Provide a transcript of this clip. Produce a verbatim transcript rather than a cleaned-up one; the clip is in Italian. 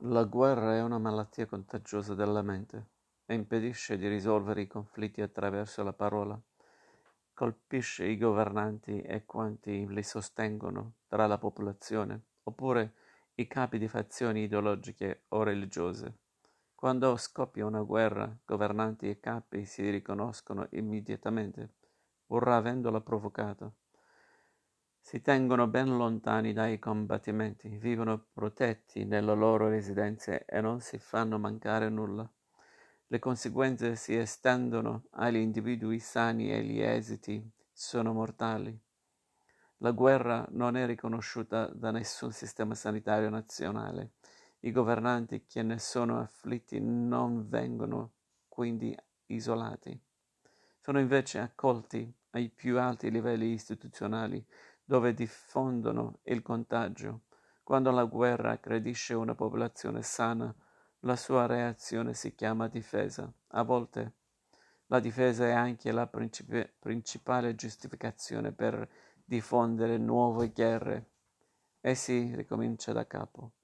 La guerra è una malattia contagiosa della mente e impedisce di risolvere i conflitti attraverso la parola. Colpisce i governanti e quanti li sostengono tra la popolazione, oppure i capi di fazioni ideologiche o religiose. Quando scoppia una guerra, governanti e capi si riconoscono immediatamente, pur avendola provocata. Si tengono ben lontani dai combattimenti, vivono protetti nelle loro residenze e non si fanno mancare nulla. Le conseguenze si estendono agli individui sani e gli esiti sono mortali. La guerra non è riconosciuta da nessun sistema sanitario nazionale. I governanti che ne sono afflitti non vengono quindi isolati. Sono invece accolti ai più alti livelli istituzionali dove diffondono il contagio. Quando la guerra aggredisce una popolazione sana, la sua reazione si chiama difesa. A volte la difesa è anche la princip- principale giustificazione per diffondere nuove guerre e si ricomincia da capo.